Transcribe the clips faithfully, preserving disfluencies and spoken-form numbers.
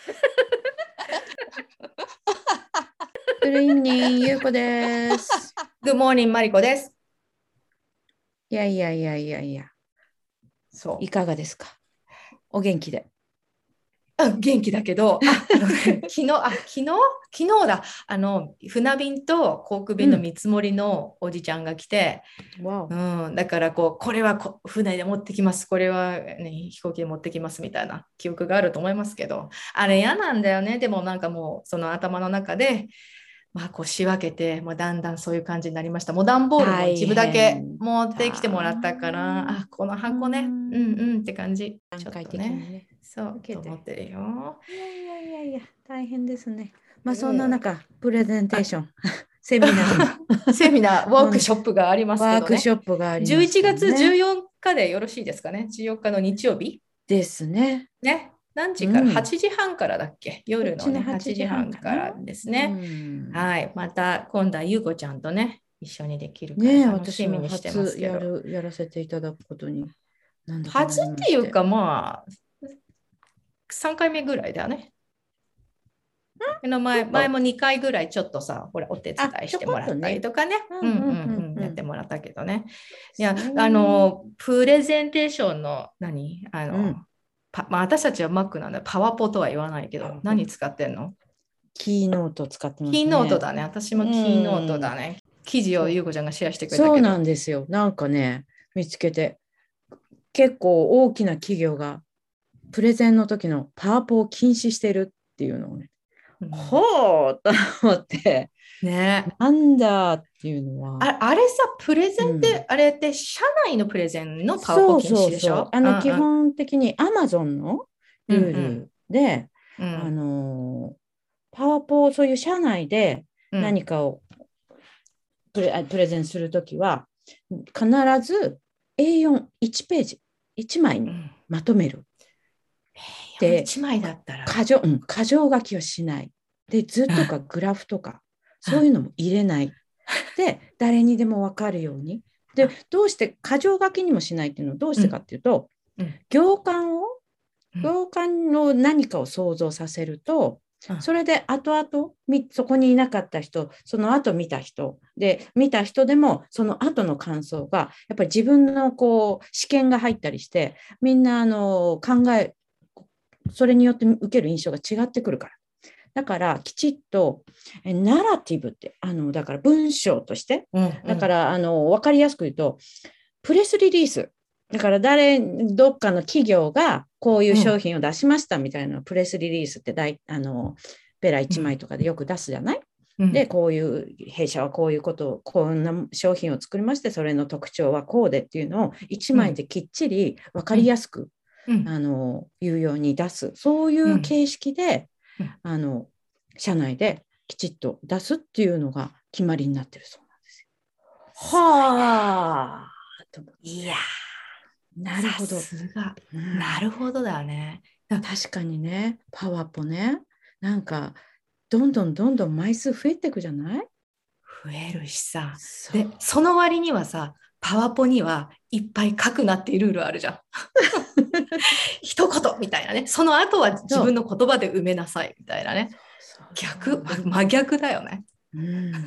Good evening, ゆうこです。 Good morning, マリコです。 いやいやいやいやいや。そう。いかがですか？お元気で。 あ、元気だけど、あ、あのね、昨日、あ、昨日、昨日だ。あの、船便と航空便の見積もりのおじちゃんが来て、 わお。 うん、だからこう、これはこ船で持ってきます、これは、ね、飛行機で持ってきますみたいな記憶があると思いますけど、あれ嫌なんだよね。でもなんかもう、その頭の中で、まあ、こう仕分けて、もうだんだんそういう感じになりました。もう段ボールも一大部だけ変持ってきてもらったから、 だ。 あ、このう箱ね、うんうんって感じ。ちょっ段階とね、 的にね。 そう受けて。 と思ってるよ。 いやいやいやいや、大変ですね。まあそんなうん、 中、プレゼンテーあション、セミナー、 セミナー、ワークショップがありますけどね。 ワークショップがあり 11 ますけど月14 ね。 日でよろしいですかね。じゅうよっかの日曜日ですね。 ね。何時からうん。 ?はち 時半からだっけ？夜のね、 こっちの 8 8 時時半かな。 半からですうね。 ん。 はい。また今度はゆうこちゃんとね、一緒にできるからねえ、 楽し私もみにしてますけど。 初やる、やらせていただくことに何度かな初りまして。 っていうかまあ、さんかいめぐらいだよね。の前、前そっか。 もにかいぐらいちょっとさ、ほら、お手伝あ、 いちょこしてもらったりっとね。 とかね。うんうんうんうんうんうん、やってうん。 もらったけどね。いや、 ですね。 あの、プレゼンテーションの何あうん。 の、パまあ、私たちは Mac なんだ。パワポとは言わないけど、 パワポ。 何使ってんの？ キーノート使ってまキーノートすね。 だね。私うもキーノートだん。 ね。記事をそう。 ゆうこちゃんがシェアしてくれたそうなけど。 んですよ。なんかね、見つけて、結構大きな企業がプレゼンの時のパワポを禁止してるっていうのをね、 うん、 ほうと思って、 ねなんだっていうのは、 あ、あれさ、プレゼンっうん。 て、あれって社内のプレゼンのパワポそう禁そうそう。 止でしょ？ あの、基うん本的に Amazon のうんうルーんルで、あうんのーパワポ、そういう社内でうん何かをプレ、プレゼンするときは、必ず エーよんいち ページ、いちまいにうん。 まとめる。で、 いちまいだったら。 箇条、うん、箇条書きをしない。で、図とかグラフとか、そういうのも入れない。で、誰にでも分かるように。で、どうして箇条書きにもしないっていうのはどうしてかっていうと、 うん行間を、 うん行間の何かを想像させると、 うんそれで後々そこにいなかった人、その後見た人で、見た人でもその後の感想がやっぱり自分のこう試験が入ったりして、みんなあの考え、それによって受ける印象が違ってくるから。だからきちっとナラティブって、あのだから文章として、 うんうだかんらあの分かりやすく言うと、プレスリリース、だから誰、どっかの企業がこういう商うん品を出しましたみたいなプレスリリースって大あのペラいちまいとかでよく出すじゃない。で、 うんこういう弊社はこういうことを、こんな商品を作りまして、それの特徴はこうでっていうのをいちまいできっちり分かりやすく、 うんあの言うように出す、そういうんう形式でうんあの社内できちっと出すっていうのが決まりになってるそうなんですよ。 すごいね。 はあ。 いやさなるほど。 すが。 うん、 なるほどだね。だ確かにね、パワポね、なんか、どんどんどんどん枚数増えていくじゃない？ 増えるしさ。 そう。 で、その割にはさ、パワポにはいっぱい書くなっていうルールあるじゃん。一言みたいなね。その後は自そう。 分の言葉で埋めなさいみたいなね。 そうそう逆、 そう。 真逆だよね。 うん、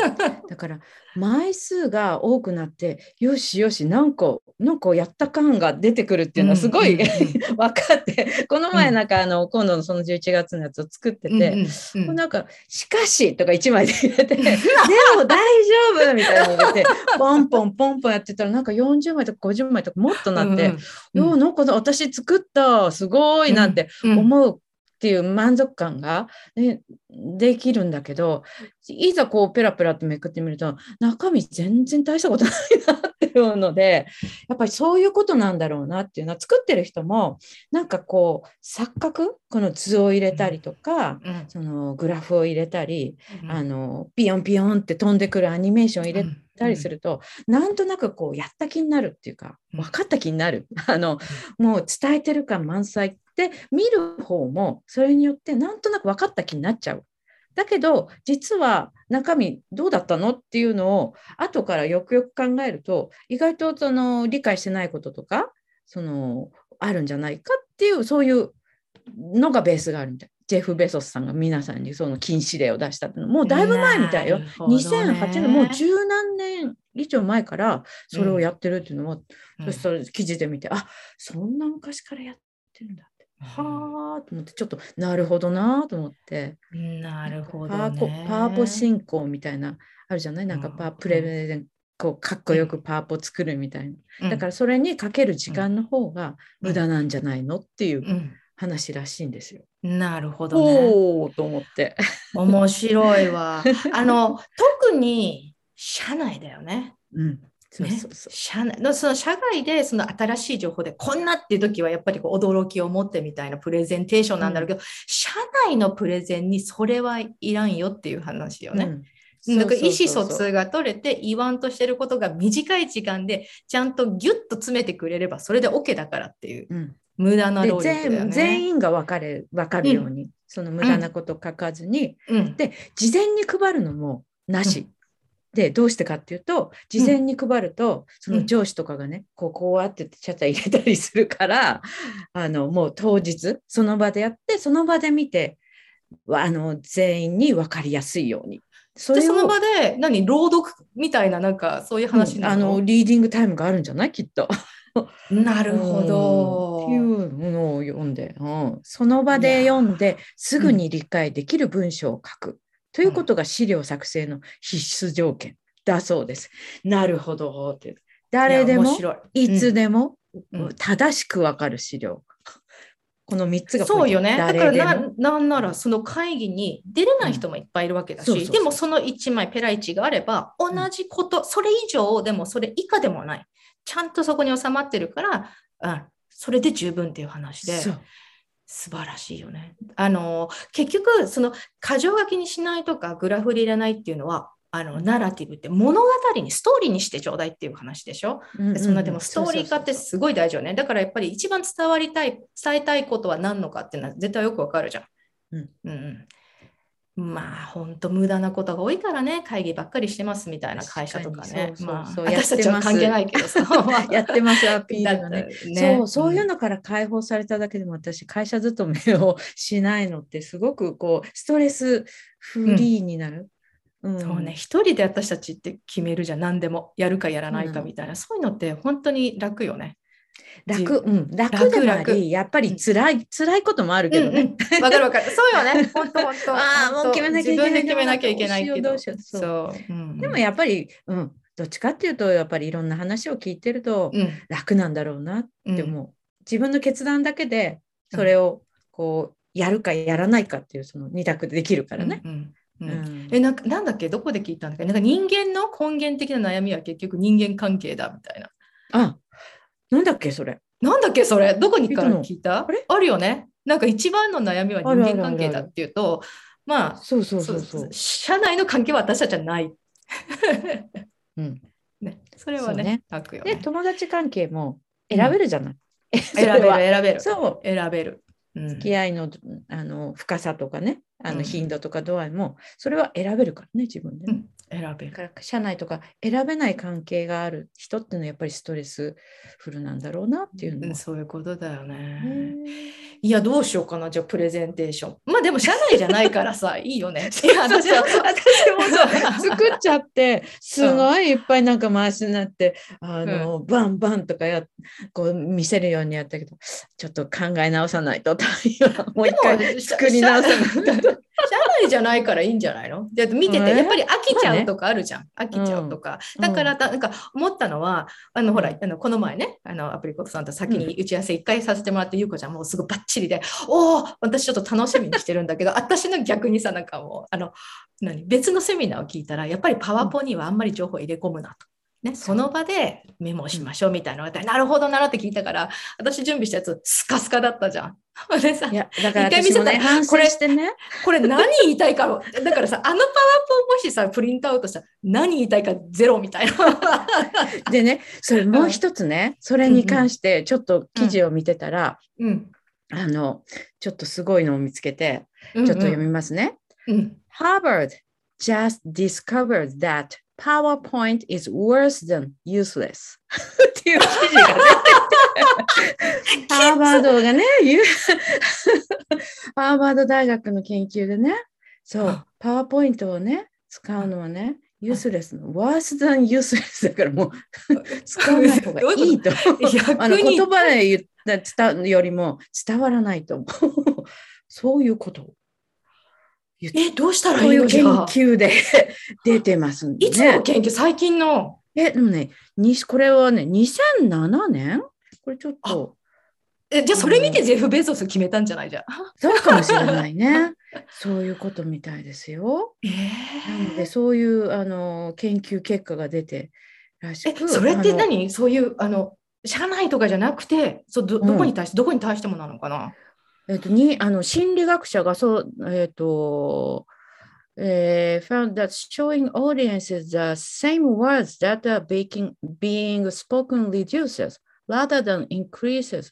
だから枚数が多くなってよしよしなんかなんかやった感が出てくるっていうのはすうんうごいんうん分かって、このうん前なんかあの今度のそのじゅういちがつのやつを作ってうんて、 うんうん。 なんか「しかし」とかいちまいで入れて「でも大丈夫」みたいに入れてポンポンポンポンやってたらなんかよんじゅうまいとかごじゅうまいとかもっとなってうん 「いやなんか私作ったすごい」 うんなんてうん思うっていう満足感が、ね、できるんだけど、いざこうペラペラとめくってみると中身全然大したことないなっていうので、やっぱりそういうことなんだろうなっていうのは、作ってる人もなんかこう錯覚、この図を入れたりとか、 うんそのグラフを入れたり、 うんあのピヨンピヨンって飛んでくるアニメーションを入れうんたりすると、なんとなくこうやった気になるっていうか、 うん分かった気になる、あのもう伝えてる感満載で、見る方もそれによってなんとなく分かった気になっちゃう。だけど実は中身どうだったのっていうのを後からよくよく考えると、意外とその理解してないこととかそのあるんじゃないかっていう、そういうのがベースがあるみたい。 ジェフ・ベソスさんが皆さんにその禁止令を出したってのもうだいぶ前みたいよ。にせんはちねん、もう十何年以上前からそれをやってるっていうのを、うん、そしたら記事で見て、あ、そんな昔からやってるんだって。はあと思って、ちょっとなるほどなと思って。 なるほどね。 パワポ、パワポ進行みたいな、あるじゃない、なんかパワプレゼン、こうかっこよくパワポ作るみたいな、うん、だからそれにかける時間の方が無駄なんじゃないのっていう話らしいんですよ。 うん、なるほどね。 おーと思って面白いわ。あの特に社内だよね。 うん、そうそうそう。 ね、社内のその社外でその新しい情報でこんなっていう時はやっぱりこう驚きを持ってみたいなプレゼンテーションなんだろうけど、うん、社内のプレゼンにそれはいらんよっていう話よね。うんだから意思疎通が取れて言わんとしてることが短い時間でちゃんとギュッと詰めてくれればそれで OK だからっていう、うん、無駄な労力だよね。 全員が分かれ、分かるように、うん、その無駄なこと書かずに、うん、で事前に配るのもなし、うん、でどうしてかっていうと事前に配ると、うん、その上司とかがねこうこうやってちゃちゃ入れたりするからあのもう当日その場でやってその場で見てあの全員に分かりやすいように。 それでその場で何朗読みたいななんかそういう話なの、 うん、あのリーディングタイムがあるんじゃないきっと。 なるほど。 っていうのを読んで、うん、その場で読んですぐに理解できる文章を書く、うん、ということが資料作成の必須条件だそうです。なるほどって誰でも い, いつでも正しく分かる資料。このみっつがそうよね。だから な, なんならその会議に出れない人もいっぱいいるわけだし、うん、そうそうそうでもそのいちまいペラいちがあれば同じこと、うん、それ以上でもそれ以下でもない。ちゃんとそこに収まってるから、うん、それで十分っていう話で素晴らしいよね。あの結局その箇条書きにしないとかグラフで入れないっていうのはあのナラティブって物語にストーリーにしてちょうだいっていう話でしょ、うんうんうん、そんなでもストーリー化ってすごい大事よね。だからやっぱり一番伝わりたい伝えたいことは何のかっていうのは絶対よくわかるじゃん、うんうんうん、まあ本当無駄なことが多いからね会議ばっかりしてますみたいな会社とかね。 そうそうそう、 まあ、私たちは関係ないけどさやってますアピールがねねそうそういうのから解放されただけでも私会社勤めをしないのってすごくこうストレスフリーになる、うんうん、そうね、一人で私たちって決めるじゃん何でもやるかやらないかみたいな、うん、そういうのって本当に楽よね。 楽、うん、楽でもありやっぱり辛い、うん、辛いこともあるけどね。 わ、うんうん、かるわかるそうよね本当本当ああもう決めなきゃいけない自分で決めなきゃいけないけどそうそう、うんうん、でもやっぱり、うん、どっちかっていうとやっぱりいろんな話を聞いてると楽なんだろうなって思う、うん、自分の決断だけでそれをこうやるかやらないかっていうその二択でできるからね、うんうんうんうん、えななんだっけどこで聞いたんだっけなんか人間の根源的な悩みは結局人間関係だみたいな。 あなんだっけそれなんだっけそれどこにから聞いた あ, あるよね。なんか一番の悩みは人間関係だっていうとまあそうそうそうそう社内の関係は私たちはない、 うんね、それはねね書くよね。 で友達関係も選べるじゃない、 うん、選べる選べるそう選べる付き合い の, あの深さとかねあの頻度とか度合いもそれは選べるからね自分で、ねうん、選べるから社内とか選べない関係がある人っていうのはやっぱりストレスフルなんだろうなっていうのは、 うん、そういうことだよね。いやどうしようかなじゃあプレゼンテーションまあでも社内じゃないからさいいよねいや私は私も作っちゃってすごいいっぱいなんか回しになってあの、うん、バンバンとかやこう見せるようにやったけどちょっと考え直さないともう一回作り直さないと社内じゃないからいいんじゃないので見ててやっぱり飽きちゃうとかあるじゃん、まあね、飽きちゃうとか、うん、だからなんか思ったのはあのほらあのこの前ねあのアプリコットさんと先に打ち合わせいっかいさせてもらって、うん、ゆうこちゃんもうすぐバッチリでおー私ちょっと楽しみにしてるんだけど私の逆にさなんかもうあの何別のセミナーを聞いたらやっぱりパワポにはあんまり情報入れ込むなと。ね、その場でメモしましょうみたいなのが、うん、なるほどなって聞いたから私準備したやつスカスカだったじゃん。でさいやだから私もね反省してねこれ何言いたいかだからさあのパワポもしさプリントアウトしたら何言いたいかゼロみたいなでねそれもう一つね、うん、それに関してちょっと記事を見てたら、うん、あのちょっとすごいのを見つけて、うんうん、ちょっと読みますね、うん、Harvard just discovered that PowerPoint is worse than useless っていう記事が出てて、ハーバードがね、ハーバード大学の研究でね、そう、パワーポイントをね、使うのはね、ユースレスの、worse than useless だからもう使わない方がいいと。あの言葉で言った伝よりも伝わらないと思う。そういうことを。 え、どうしたらいいの？ 研究で出てますんで、ね。 いつの研究？最近の。 え、でもね、にこれはね、にせんななねんこれちょっと。 え、じゃあそれ見てジェフ・ベゾス決めたんじゃないじゃん。 そうかもしれないね。そういうことみたいですよ。 えー、 なので、そういうあの研究結果が出てらしく。 え、それって何？そういう、あの、社内とかじゃなくて、そう ど, どこに対して、うん、どこに対してもなのかな？ えっと、にあの心理学者がそう、えっと、えー、found that showing audiences the same words that are being, being spoken reduces rather than increases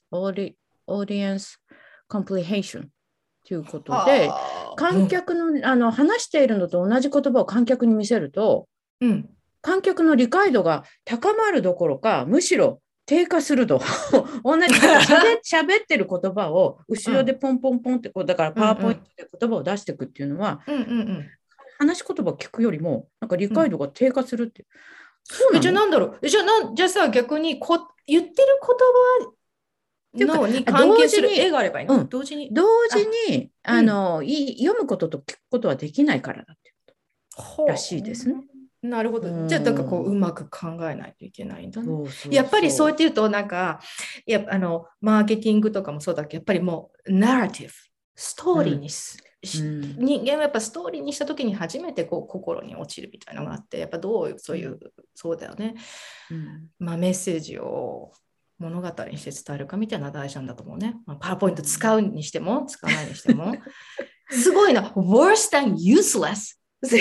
audience comprehension ということで、観客の、うん、あの話しているのと同じ言葉を観客に見せると、うん、観客の理解度が高まるどころか、むしろ低下すると同じしゃべってる言葉を後ろでポンポンポンってこうだからパワーポイントで言葉を出していくっていうのは、うんうんうん、話し言葉を聞くよりもなんか理解度が低下するっていう、 うん、そうなの？じゃあなんだろう、じゃあなんじゃあさ逆にこ言ってる言葉のに関係する絵があればいいの？同時に同時にあの、うん、読むことと聞くことはできないからだってことらしいですね。 なるほど。じゃあ、なんかこう、うまく考えないといけないんだね。そうそうそう、やっぱりそうやって言うと、なんか、やあの、マーケティングとかもそうだけど、やっぱりもう、ナラティブ、ストーリーにし、うん、人間はやっぱストーリーにしたときに初めてこう心に落ちるみたいなのがあって、やっぱどういう、そういう、そうだよね。うん、まあ、メッセージを物語にして伝えるかみたいな大事なんだと思うね。まあ、パワーポイント使うにしても、使わないにしても。すごいな。worse than useless。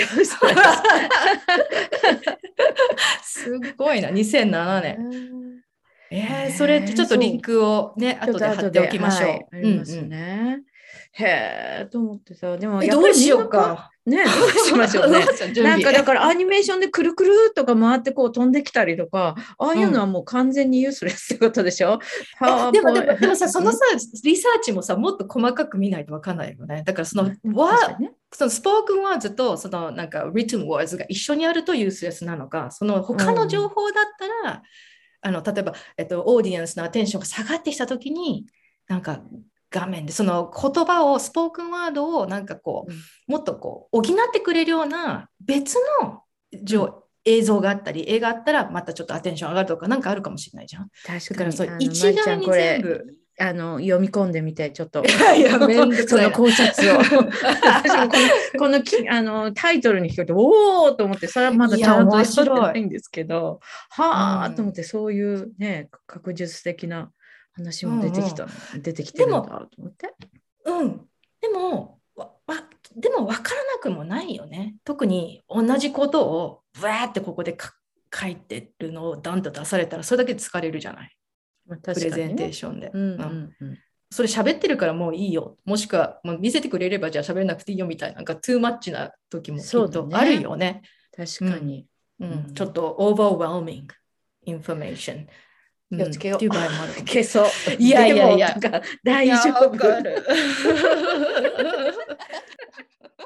すごいな、にせんななねん。えー、それちょっとリンクをね、後で貼っておきましょう。はい、 ありますね。うんうん、へえと思ってさ、でもやっぱりどうしようか。 ね、どうしましょうね。なんかだからアニメーションでくるくるとか回ってこう飛んできたりとか、ああいうのはもう完全にユースレスってことでしょ。 うん、でもでもでもさ、そのさ、リサーチもさ、もっと細かく見ないと分かんないよね。だからその、うん、わ、ね、そのスポークンワーズとそのなんかリトンワーズが一緒にあるとユースレスなのか、その他の情報だったら、うん、あの例えば、えっと、オーディエンスのアテンションが下がってきたときに、なんか画面でその言葉をスポークンワードをなんかこう、うん、もっとこう補ってくれるような別の、うん、映像があったり絵があったらまたちょっとアテンション上がるとかなんかあるかもしれないじゃん。 確かに。だからそう一概に全部あの読み込んでみてちょっといやいやめんどくさいその考察を私もこのこのきあのタイトルに聞こえておおと思って、それはまだちゃんと読んでないんですけど、はあと思って、そういうね学術的な話も出てきた、うんうん、出てきてるんだと思って。 うん。でもわわでも分からなくもないよね。特に同じことをブワーってここで書いてるのをダンと出されたらそれだけで疲れるじゃない。プレゼンテーションで。うんうんうん、それ喋ってるからもういいよ。もしくは、まあ、見せてくれればじゃあ喋らなくていいよみたいな、なんかトゥーマッチな時もきっとあるよね。 確かに、 うんうん。ちょっとオーバーウェルミングインフォメーション。 気をつけよう。 っていう場合もある。 消そう。 いやいやいや。 大丈夫。